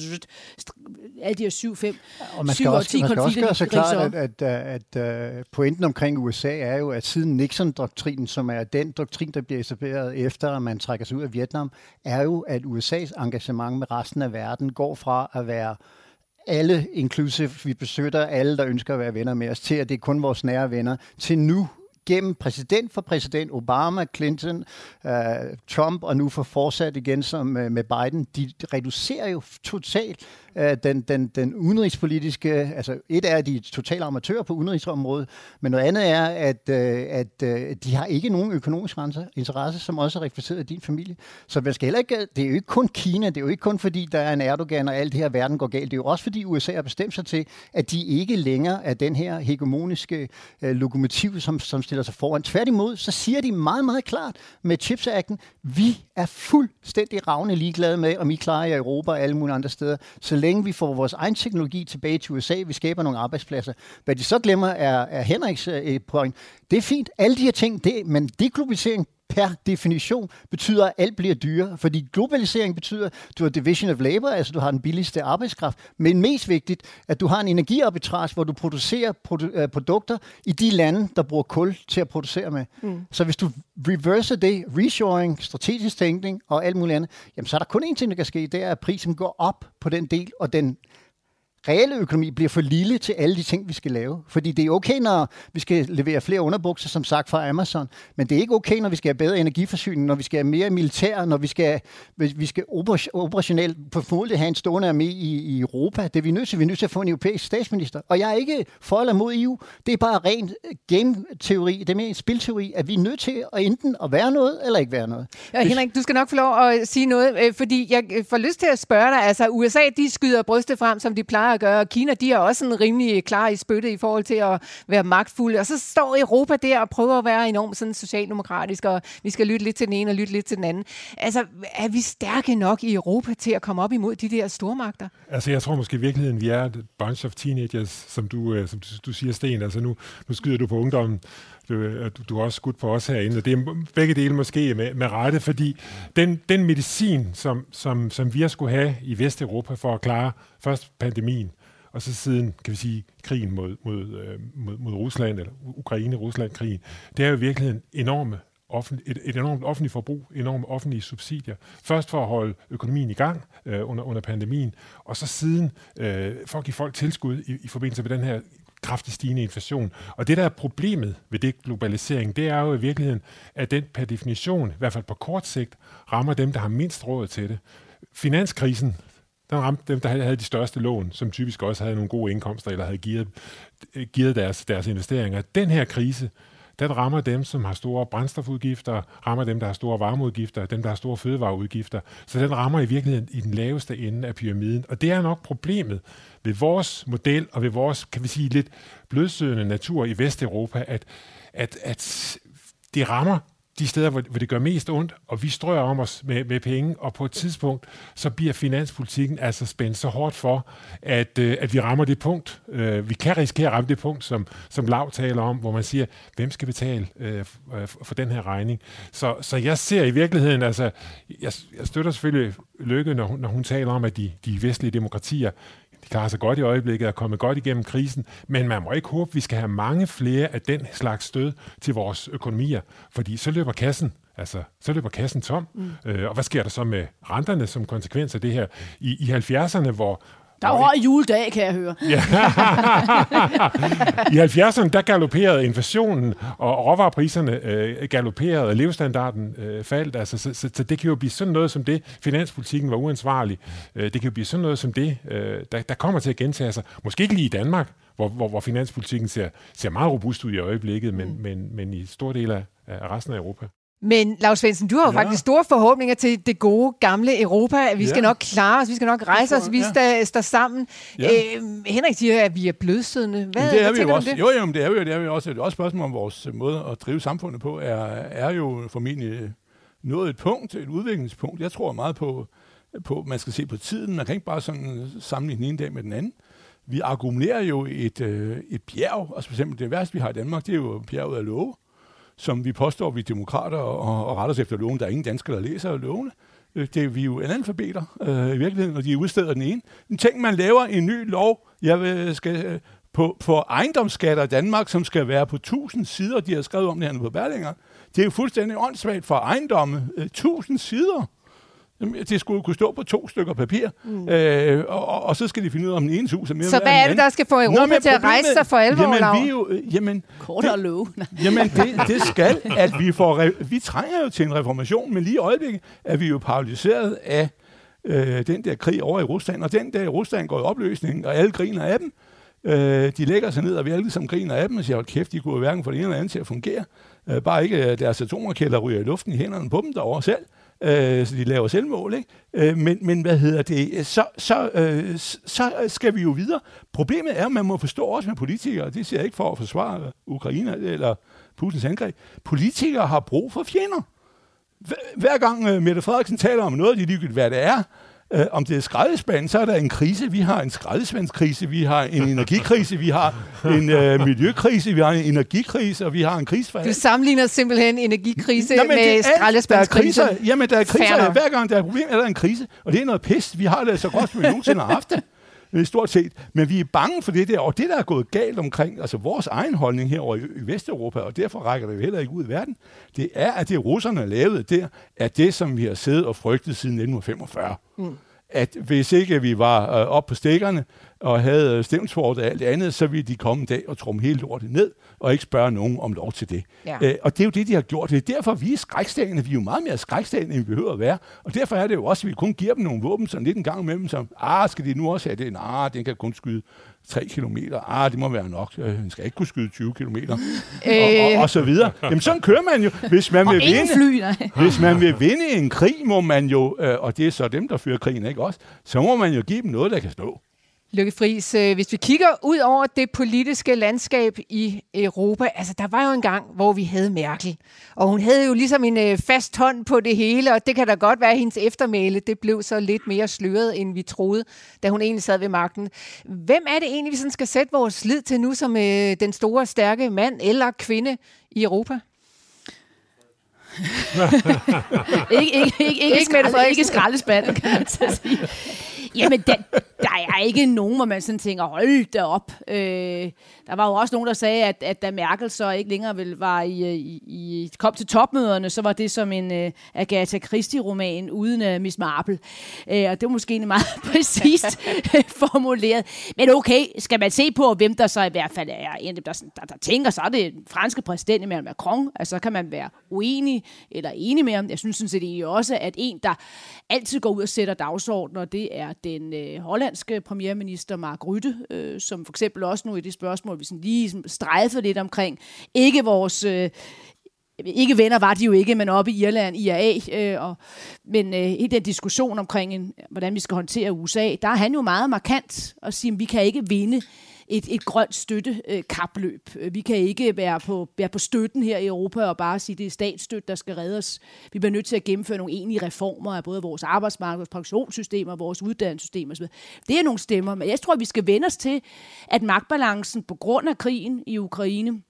alle de her syv, fem, og man skal syv også, og ti man skal også gøre sig klart, at, at, at, at pointen omkring U S A er jo, at siden Nixon-doktrinen, som er den doktrin, der bliver etableret efter, at man trækker sig ud af Vietnam, er jo, at U S A's engagement med resten af verden går fra at være alle, inklusive vi besøger alle, der ønsker at være venner med os, til at det er kun vores nære venner, til nu gennem præsident for præsident, Obama, Clinton, uh, Trump, og nu for fortsat igen som uh, med Biden, de reducerer jo totalt uh, den, den, den udenrigspolitiske, altså et er, at de er totale amatører på udenrigsområdet, men noget andet er, at, uh, at uh, de har ikke nogen økonomisk interesse, som også er reflekteret af din familie. Så man skal heller ikke, det er jo ikke kun Kina, det er jo ikke kun fordi, der er en Erdogan, og alt det her verden går galt, det er jo også fordi U S A har bestemt sig til, at de ikke længere er den her hegemoniske uh, lokomotiv, som, som stiller sig foran. Tværtimod, så siger de meget, meget klart med Chips-akten, vi er fuldstændig ravne ligeglade med, om I klarer jer i Europa og alle mulige andre steder, så længe vi får vores egen teknologi tilbage til U S A, vi skaber nogle arbejdspladser. Hvad de så glemmer er, er Henriks uh, point. Det er fint, alle de her ting, det, men deglobalisering per definition betyder, at alt bliver dyrere, fordi globalisering betyder, at du har division of labor, altså du har den billigste arbejdskraft, men mest vigtigt, at du har en energiarbitrage, hvor du producerer produ- uh, produkter i de lande, der bruger kul til at producere med. Mm. Så hvis du reverser det, reshoring, strategisk tænkning og alt muligt andet, jamen så er der kun én ting, der kan ske, det er, at prisen går op på den del, og den reelle økonomi bliver for lille til alle de ting, vi skal lave. Fordi det er okay, når vi skal levere flere underbukser, som sagt fra Amazon, men det er ikke okay, når vi skal have bedre energiforsyning, når vi skal have mere militær, når vi skal, vi skal operationelt formodentlig have en stående armé i, i Europa. Det er vi nødt til. Vi er nødt til at få en europæisk statsminister. Og jeg er ikke for eller mod E U. Det er bare ren game-teori. Det er mere en spilteori, at vi er nødt til at enten at være noget, eller ikke være noget. Ja, Henrik, du skal nok få lov at sige noget, fordi jeg får lyst til at spørge dig. Altså, U S A, de skyder brystet frem, som de plejer at gøre, og Kina, de er også sådan rimelig klar i spyttet i forhold til at være magtfulde, og så står Europa der og prøver at være enormt sådan socialdemokratisk, og vi skal lytte lidt til den ene og lytte lidt til den anden. Altså, er vi stærke nok i Europa til at komme op imod de der stormagter? Altså, jeg tror måske i virkeligheden, vi er et bunch of teenagers, som du, som du siger, Sten. Altså, nu, nu skyder du på ungdommen. Du, du har også skudt på os herinde, og det er begge dele måske med, med rette, fordi den, den medicin, som, som, som vi har skulle have i Vesteuropa for at klare først pandemien, og så siden, kan vi sige, krigen mod, mod, mod, mod Rusland, eller Ukraine-Rusland-krigen, det er jo i virkeligheden enorme offentlig, et, et enormt offentligt forbrug, enorme offentlige subsidier. Først for at holde økonomien i gang øh, under, under pandemien, og så siden øh, for at give folk tilskud i, i forbindelse med den her kraftigt stigende inflation. Og det, der er problemet ved det globalisering, det er jo i virkeligheden, at den per definition, i hvert fald på kort sigt, rammer dem, der har mindst råd til det. Finanskrisen, den ramte dem, der havde de største lån, som typisk også havde nogle gode indkomster, eller havde givet, givet deres, deres investeringer. Den her krise, den rammer dem, som har store brændstofudgifter, rammer dem, der har store varmeudgifter, dem, der har store fødevareudgifter. Så den rammer i virkeligheden i den laveste ende af pyramiden. Og det er nok problemet ved vores model og ved vores, kan vi sige, lidt blødsødende natur i Vesteuropa, at, at, at det rammer de steder, hvor, hvor det gør mest ondt, og vi strøger om os med, med penge, og på et tidspunkt, så bliver finanspolitikken altså spændt så hårdt for, at, øh, at vi rammer det punkt. Øh, vi kan risikere at ramme det punkt, som, som Lav taler om, hvor man siger, hvem skal betale øh, for, for den her regning? Så, så jeg ser i virkeligheden, altså, jeg, jeg støtter selvfølgelig Løkke, når hun, når hun taler om, at de, de vestlige demokratier, de klarer sig godt i øjeblikket og er kommet godt igennem krisen, men man må ikke håbe, at vi skal have mange flere af den slags stød til vores økonomier, fordi så løber kassen, altså, så løber kassen tom. Mm. Øh, og hvad sker der så med renterne som konsekvens af det her? I, i halvfjerdserne, hvor der var høj juledag, kan jeg høre. Ja. I halvfjerdserne, der galopperede inflationen, og råvarepriserne øh, galopperede, og levestandarden øh, faldt. Altså, så, så, så det kan jo blive sådan noget som det. Finanspolitikken var uansvarlig. Øh, det kan jo blive sådan noget som det, øh, der, der kommer til at gentage sig. Måske ikke lige i Danmark, hvor, hvor, hvor finanspolitikken ser, ser meget robust ud i øjeblikket, men, mm. men, men i store dele af, af resten af Europa. Men Lav Svendsen, du har jo ja. faktisk store forhåbninger til det gode, gamle Europa. Vi skal ja. nok klare os, vi skal nok rejse os, vi ja. står sammen. Ja. Øh, Henrik siger, at vi er blødstødende. Hvad, det er hvad vi tænker jo også. det? Jo, jo, det er vi jo. Det er vi også. Det er også et spørgsmål om vores måde at drive samfundet på, er, er jo formentlig nået et punkt, et udviklingspunkt. Jeg tror meget på, på, man skal se på tiden. Man kan ikke bare sådan sammenligne den ene dag med den anden. Vi akkumulerer jo et, et bjerg, og specielt det værste, vi har i Danmark, det er jo bjerget af love, som vi påstår, vi er demokrater og, og retter os efter loven. Der er ingen danskere, der læser lovene. Det er vi jo analfabeter øh, i virkeligheden, når de udsteder den ene. Tænk, man laver en ny lov jeg vil, skal, på, på ejendomsskatter i Danmark, som skal være på tusind sider. De har skrevet om det her på Berlinger. Det er jo fuldstændig åndssvagt for ejendomme. tusind sider. Det skulle kunne stå på to stykker papir, mm. øh, og, og så skal de finde ud af, om den ene hus er mere. Så hvad er det, der skal få Europa Nå, til at rejse sig for alvor, jamen, vi jo, jamen, Kortere lov. Jamen, det, det skal, at vi får... Re- vi trænger jo til en reformation, men lige i øjeblikket er vi jo paralyseret af øh, den der krig over i Rusland, og den der i Rusland går i opløsning, og alle griner af dem. Øh, de lægger sig ned, og vi alle som griner af dem, og siger, hold kæft, de kunne hverken få det ene eller andet til at fungere. Øh, bare ikke deres atomraketter ryger i luften i hænderne på dem derovre selv. Øh, så de laver selvmål, ikke? Øh, men, men hvad hedder det? Så, så, øh, så skal vi jo videre. Problemet er, at man må forstå også med politikere, det siger jeg ikke for at forsvare Ukraine eller Putins angreb. Politikere har brug for fjender. Hver gang uh, Mette Frederiksen taler om noget, de ligegyldigt hvad det er, Uh, om det er skraldespanden, så er der en krise. Vi har en skraldespandskrise, vi har en energikrise, vi har en uh, miljøkrise, vi har en energikrise, og vi har en krise for alt. Du sammenligner simpelthen energikrise Nå, med skraldespandskrise. Jamen, der er kriser. Færner. Hver gang der er et problem, er der en krise. Og det er noget pist. Vi har det så godt, som vi nogensinde har haft det. Stort set. Men vi er bange for det der, og det, der er gået galt omkring, altså vores egen holdning herovre i, i Vesteuropa, og derfor rækker det jo heller ikke ud i verden, det er, at det russerne lavede der, er det, som vi har siddet og frygtet siden nitten femogfyrre. Mm. At hvis ikke vi var øh, oppe på stikkerne og havde stemt for det og alt det andet, så ville de komme en dag og trumme hele lortet ned, og ikke spørge nogen om lov til det. Ja. Æ, og det er jo det, de har gjort. Det er derfor, vi er skrækstagende. Vi er jo meget mere skrækstagende, end vi behøver at være. Og derfor er det jo også, at vi kun giver dem nogle våben sådan lidt en gang imellem, som, ah, skal de nu også have det? Nej, den kan kun skyde tre kilometer. Ah, det må være nok. Den skal ikke kunne skyde tyve kilometer. Øh. Og, og, og så videre. Jamen, sådan kører man jo. Hvis man vil vinde, fly, hvis man vil vinde en krig, må man jo, øh, og det er så dem, der fører krigen, ikke også, så må man jo give dem noget, der kan stå. Lykke Friis, hvis vi kigger ud over det politiske landskab i Europa, altså der var jo en gang, hvor vi havde Merkel, og hun havde jo ligesom en fast hånd på det hele, og det kan da godt være, at hendes eftermæle, det blev så lidt mere sløret, end vi troede, da hun egentlig sad ved magten. Hvem er det egentlig, vi sådan skal sætte vores lid til nu, som øh, den store, stærke mand eller kvinde i Europa? ikke, ikke, ikke, ikke, skralde, ikke skraldespanden, kan man så sige. Jamen, der, der er ikke nogen, hvor man sådan tænker, hold da op. Øh, der var jo også nogen, der sagde, at, at da Merkel så ikke længere ville, var i, i, i, kom til topmøderne, så var det som en uh, Agatha Christie-roman uden uh, Miss Marple. Øh, og det var måske en meget præcist formuleret. Men okay, skal man se på, hvem der så i hvert fald er en, der, der, der tænker, så er det den franske præsident Emmanuel Macron. Altså, så kan man være uenig eller enig med ham. Jeg synes sådan set egentlig også, at en, der altid går ud og sætter dagsordner, det er den øh, hollandske premierminister Mark Rutte, øh, som for eksempel også nu i det spørgsmål, vi sådan lige sådan strejfede lidt omkring, ikke vores, øh, ikke venner var de jo ikke, men oppe i Irland, I R A, øh, og, men øh, i den diskussion omkring, en, hvordan vi skal håndtere U S A, der er han jo meget markant og siger, at vi kan ikke vinde et, et grønt støttekapløb. Vi kan ikke være på, være på støtten her i Europa og bare sige, at det er statsstøtte, der skal redde os. Vi bliver nødt til at gennemføre nogle egentlige reformer af både vores arbejdsmarked, vores pensionssystemer, vores uddannelsessystemer osv. Det er nogle stemmer, men jeg tror, at vi skal vende os til, at magtbalancen på grund af krigen i Ukraine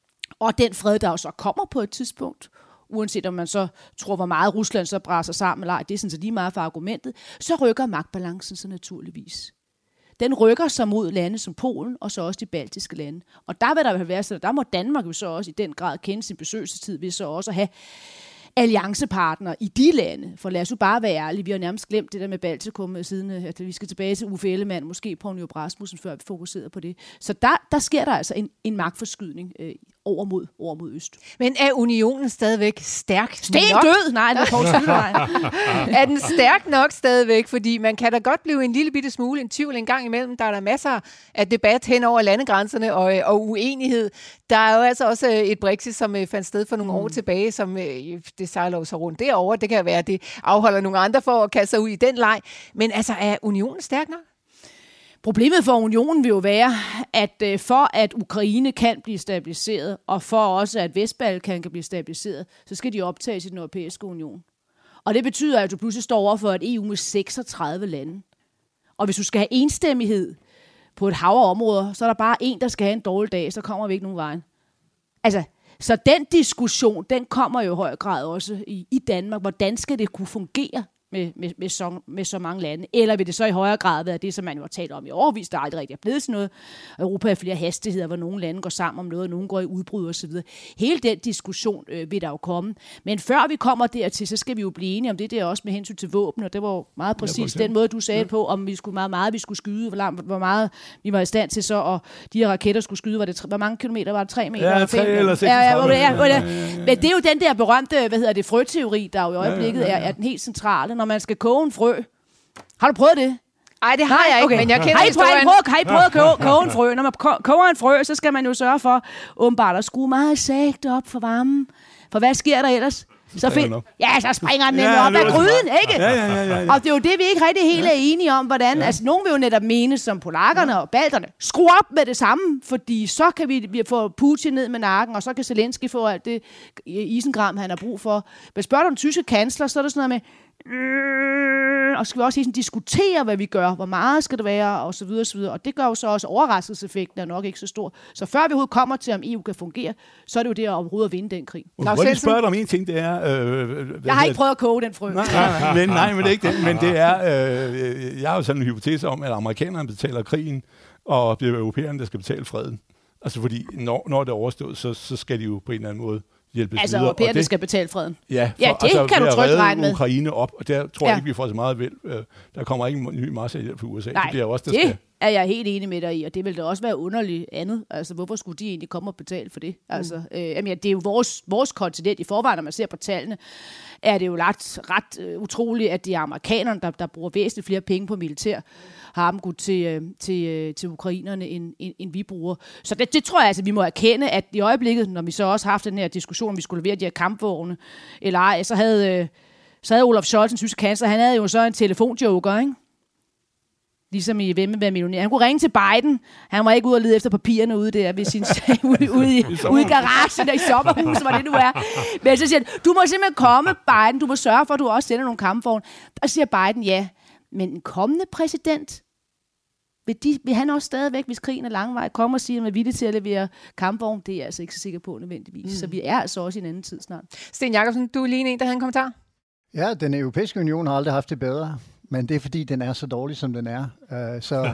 og den fred, der så kommer på et tidspunkt, uanset om man så tror, hvor meget Rusland så braser sammen, eller ej, det er sådan så lige meget for argumentet, så rykker magtbalancen så naturligvis. Den rykker sig mod lande som Polen, og så også de baltiske lande. Og der vil der være sådan, der må Danmark jo så også i den grad kende sin besøgelsestid, ved så også at have alliancepartnere i de lande. For lad os jo bare være ærlige, vi har nærmest glemt det der med Baltikum, siden at vi skal tilbage til Uffe Ellemann, måske Poul Nyrup Rasmussen, før vi fokuserede på det. Så der, der sker der altså en, en magtforskydning øh, over, mod, over mod øst. Men er unionen stadigvæk stærk Sten nok? død! Nej, det var Poul Slytter. Er den stærk nok stadigvæk? Fordi man kan da godt blive en lille bitte smule en tvivl en gang imellem. Der er der masser af debat hen over landegrænserne og, og uenighed. Der er jo altså også et Brexit, som fandt sted for nogle mm. år tilbage, som det sejler jo så rundt derovre. Det kan være, at det afholder nogle andre for at kaste sig ud i den leg. Men altså, er unionen stærk nok? Problemet for unionen vil jo være, at for at Ukraine kan blive stabiliseret, og for også at Vestbalkan kan blive stabiliseret, så skal de optages i den europæiske union. Og det betyder, at du pludselig står over for et E U med seksogtredive lande. Og hvis du skal have enstemmighed på et hav af områder, så er der bare en, der skal have en dårlig dag, så kommer vi ikke nogen vejen. Altså, så den diskussion, den kommer jo i høj grad også i, i Danmark. Hvordan skal det kunne fungere med, med, med, så, med så mange lande? Eller vil det så i højere grad være det, som man jo har talt om i årevis, der aldrig rigtig er blevet til noget? Europa er flere hastigheder, hvor nogle lande går sammen om noget, og nogle går i udbrud osv. Hele den diskussion øh, vil der jo komme. Men før vi kommer dertil, så skal vi jo blive enige om det der også med hensyn til våben, og det var jo meget præcis ja, den måde, du sagde ja. på, om vi skulle meget, meget vi skulle skyde, hvor, langt, hvor meget vi var i stand til så, og de her raketter skulle skyde, var det, hvor mange kilometer var det? tre meter? Ja, tre eller seksogtredive. Ja, ja, ja, ja. Men det er jo den der berømte, hvad hedder det, frøteori, der jo i øjeblikket ja, ja, ja. Er, er den helt centrale, når man skal koge en frø. Har du prøvet det? Nej, det har Nej, jeg ikke, okay. Men jeg kender har I historien. Prøvet, har I prøvet at koge, koge en frø? Når man koger en frø, så skal man jo sørge for, åbenbart, at skrue meget sagt op for varmen. For hvad sker der ellers? Så find... Ja, så springer den nemlig ja, op af gryden, ikke? Ja, ja, ja, ja, ja. Og det er jo det, vi ikke rigtig helt er enige om, hvordan... Ja. Altså, nogen vil jo netop mene, som polakkerne ja. og balterne, skru op med det samme, fordi så kan vi, vi få Putin ned med nakken, og så kan Zelensky få alt det isengram, han har brug for. Men spørger du den tyske kansler, så er det sådan noget med... Og skal vi også sådan diskutere, hvad vi gør, hvor meget skal det være, og så videre, og så videre. Og det gør jo så også, overraskelseseffekten er nok ikke så stor. Så før vi overhovedet kommer til, om E U kan fungere, så er det jo det at overhovedet at vinde den krig. Nå, jeg vil spørge dig om en ting, det er... Øh, jeg har ikke prøvet at koge den frø. Nej, nej, men, nej, men det er ikke det. Men det er... Øh, jeg har jo sådan en hypotese om, at amerikanerne betaler krigen, og det er europæerne, der skal betale freden. Altså fordi, når, når det er overstået, så, så skal de jo på en eller anden måde hjælpes altså, videre. Altså, europæerne skal betale freden. Ja, for, ja det altså, kan du trygt regne med. Ukraine op, og der tror jeg ja. ikke, vi får så meget vel. Der kommer ikke en ny masse hjælp fra U S A. Nej, det bliver også, der det skal... er jeg helt enig med dig i, og det vil da også være underligt andet. Altså, hvorfor skulle de egentlig komme og betale for det? Mm. Altså, øh, jamen, det er jo vores, vores kontinent i forvejen, når man ser på tallene, er det jo ret, ret uh, utroligt, at de er amerikanerne, der, der bruger væsentligt flere penge på militær, har dem gået til, til, til ukrainerne, end, end, end vi bruger. Så det, det tror jeg, altså, vi må erkende, at i øjeblikket, når vi så også har haft den her diskussion, om vi skulle levere de her kampvogne, eller ej, så havde, så havde Olaf Scholz, den tyske kansler, han havde jo så en telefonjoker, ikke? Ligesom i Hvem vil være millionær. Han kunne ringe til Biden. Han var ikke ude og lede efter papirerne ude der ved sin ude, ude, i, ude i garagen der i sommerhuset, hvor det nu er. Men så siger han, du må simpelthen komme, Biden. Du må sørge for, at du også sender nogle kampvogne. Og så siger Biden, ja, men en kommende præsident, vil, de, vil han også stadigvæk, hvis krigen er langvej, komme og sige, at han er villig til at levere kampvogne? Det er jeg altså ikke så sikker på nødvendigvis. Mm. Så vi er altså også i en anden tid snart. Sten Jakobsen, du er lige en, der havde en kommentar. Ja, den europæiske union har aldrig haft det bedre. Men det er, fordi den er så dårlig, som den er. Uh, så,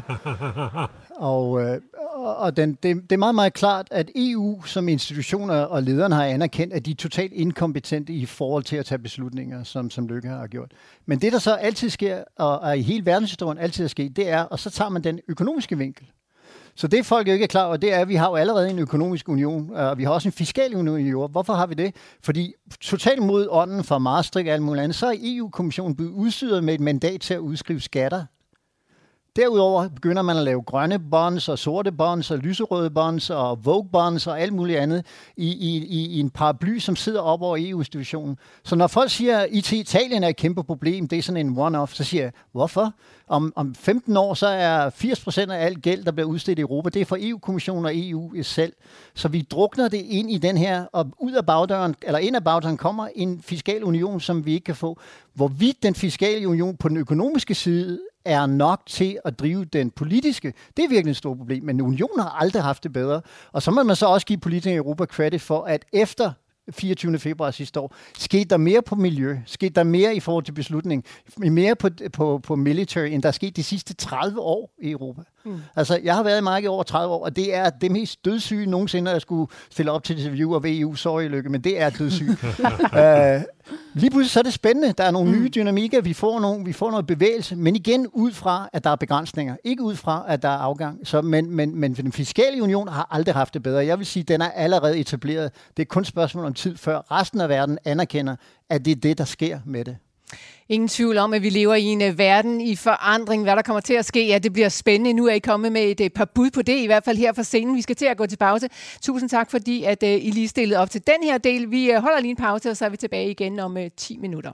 og uh, og den, det, det er meget, meget klart, at E U som institutioner og lederne har anerkendt, at de er totalt inkompetente i forhold til at tage beslutninger, som, som Løkke har gjort. Men det, der så altid sker, og, og i hele verdenshistorien altid er sket, det er, og så tager man den økonomiske vinkel. Så det folk jo ikke er klar over, det er, at vi har jo allerede en økonomisk union, og vi har også en fiskal union. Hvorfor har vi det? Fordi totalt mod ånden fra Maastricht og alt muligt andet, så er E U-kommissionen blevet udstyret med et mandat til at udskrive skatter Derudover begynder man at lave grønne bonds og sorte bonds og lyserøde bonds og Vogue bonds og alt muligt andet i, i, i en paraply, som sidder op over E U-institutionen. Så når folk siger, at I T Italien er et kæmpe problem, det er sådan en one-off, så siger jeg, hvorfor? Om, om femten år, så er firs procent af alt gæld, der bliver udstedt i Europa, det er fra E U-kommissionen og E U selv. Så vi drukner det ind i den her, og ud af bagdøren, eller ind af bagdøren kommer en fiskal union, som vi ikke kan få. Hvorvidt den fiskale union på den økonomiske side er nok til at drive den politiske, det er virkelig et stort problem, men unionen har aldrig haft det bedre. Og så må man så også give politikere i Europa credit for, at efter fireogtyvende februar sidste år, skete der mere på miljø, skete der mere i forhold til beslutning, mere på, på, på military, end der er sket de sidste tredive år i Europa. Mm. Altså, jeg har været i markedet over tredive år, og det er det mest dødssyge nogensinde, at jeg skulle stille op til interview af E U. Sorry, Lykke, men det er dødssyge. uh, lige pludselig så er det spændende. Der er nogle mm. nye dynamikker, vi får, nogle, vi får noget bevægelse, men igen ud fra, at der er begrænsninger. Ikke ud fra, at der er afgang. Så, men, men, men den fiskale union har aldrig haft det bedre. Jeg vil sige, at den er allerede etableret. Det er kun spørgsmål om tid, før resten af verden anerkender, at det er det, der sker med det. Ingen tvivl om, at vi lever i en uh, verden i forandring. Hvad der kommer til at ske, ja, det bliver spændende. Nu er I kommet med et uh, par bud på det, i hvert fald her fra scenen. Vi skal til at gå til pause. Tusind tak, fordi at, uh, I lige stillede op til den her del. Vi uh, holder lige en pause, og så er vi tilbage igen om uh, ti minutter.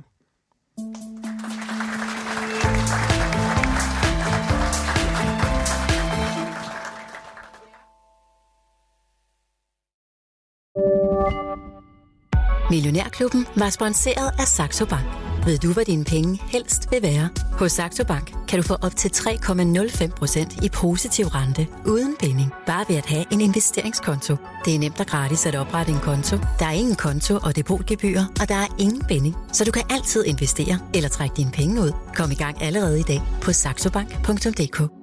Millionærklubben var sponsoreret af Saxo Bank. Ved du, hvad dine penge helst vil være? Hos Saxo Bank kan du få op til tre komma nul fem procent i positiv rente uden binding, bare ved at have en investeringskonto. Det er nemt og gratis at oprette en konto. Der er ingen konto- og depotgebyrer, og der er ingen binding, så du kan altid investere eller trække dine penge ud. Kom i gang allerede i dag på saxobank punktum d k.